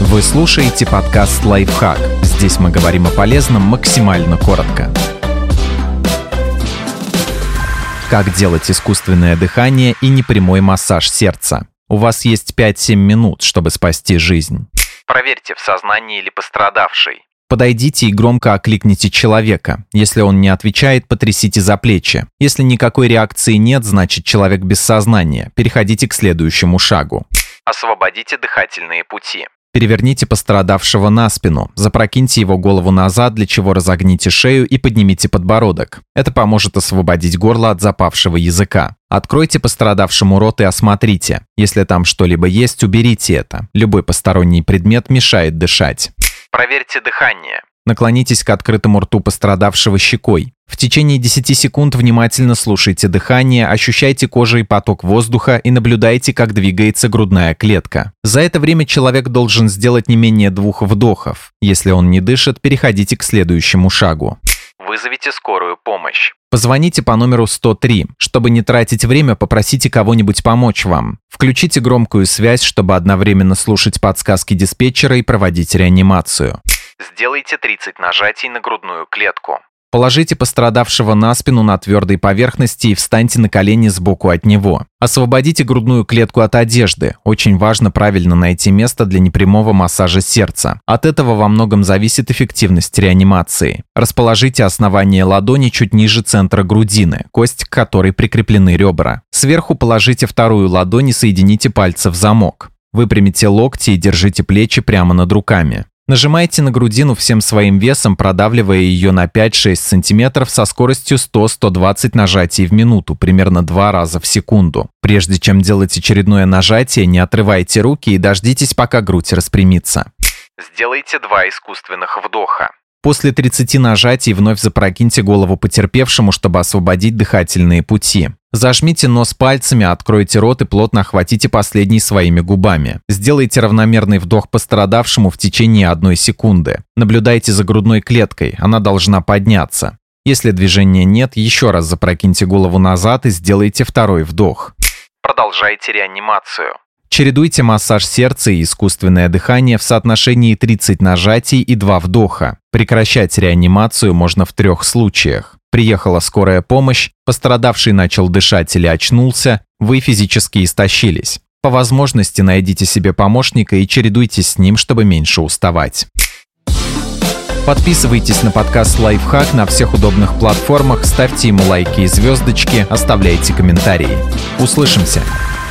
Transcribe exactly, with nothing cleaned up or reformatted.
Вы слушаете подкаст «Лайфхак». Здесь мы говорим о полезном максимально коротко. Как делать искусственное дыхание и непрямой массаж сердца? У вас есть пять-семь минут, чтобы спасти жизнь. Проверьте, в сознании ли пострадавший. Подойдите и громко окликните человека. Если он не отвечает, потрясите за плечи. Если никакой реакции нет, значит человек без сознания. Переходите к следующему шагу. Освободите дыхательные пути. Переверните пострадавшего на спину, запрокиньте его голову назад, для чего разогните шею и поднимите подбородок. Это поможет освободить горло от запавшего языка. Откройте пострадавшему рот и осмотрите. Если там что-либо есть, уберите это. Любой посторонний предмет мешает дышать. Проверьте дыхание. Наклонитесь к открытому рту пострадавшего щекой. В течение десяти секунд внимательно слушайте дыхание, ощущайте кожей поток воздуха и наблюдайте, как двигается грудная клетка. За это время человек должен сделать не менее двух вдохов. Если он не дышит, переходите к следующему шагу. Вызовите скорую помощь. Позвоните по номеру сто три. Чтобы не тратить время, попросите кого-нибудь помочь вам. Включите громкую связь, чтобы одновременно слушать подсказки диспетчера и проводить реанимацию. Сделайте тридцать нажатий на грудную клетку. Положите пострадавшего на спину на твердой поверхности и встаньте на колени сбоку от него. Освободите грудную клетку от одежды. Очень важно правильно найти место для непрямого массажа сердца. От этого во многом зависит эффективность реанимации. Расположите основание ладони чуть ниже центра грудины, кость к которой прикреплены ребра. Сверху положите вторую ладонь и соедините пальцы в замок. Выпрямите локти и держите плечи прямо над руками. Нажимайте на грудину всем своим весом, продавливая ее на пять-шесть сантиметров со скоростью сто-сто двадцать нажатий в минуту, примерно два раза в секунду. Прежде чем делать очередное нажатие, не отрывайте руки и дождитесь, пока грудь распрямится. Сделайте два искусственных вдоха. После тридцати нажатий вновь запрокиньте голову потерпевшему, чтобы освободить дыхательные пути. Зажмите нос пальцами, откройте рот и плотно охватите последний своими губами. Сделайте равномерный вдох пострадавшему в течение одной секунды. Наблюдайте за грудной клеткой, она должна подняться. Если движения нет, еще раз запрокиньте голову назад и сделайте второй вдох. Продолжайте реанимацию. Чередуйте массаж сердца и искусственное дыхание в соотношении тридцать нажатий и два вдоха. Прекращать реанимацию можно в трех случаях. Приехала скорая помощь, пострадавший начал дышать или очнулся, вы физически истощились. По возможности найдите себе помощника и чередуйтесь с ним, чтобы меньше уставать. Подписывайтесь на подкаст «Лайфхак» на всех удобных платформах, ставьте ему лайки и звездочки, оставляйте комментарии. Услышимся!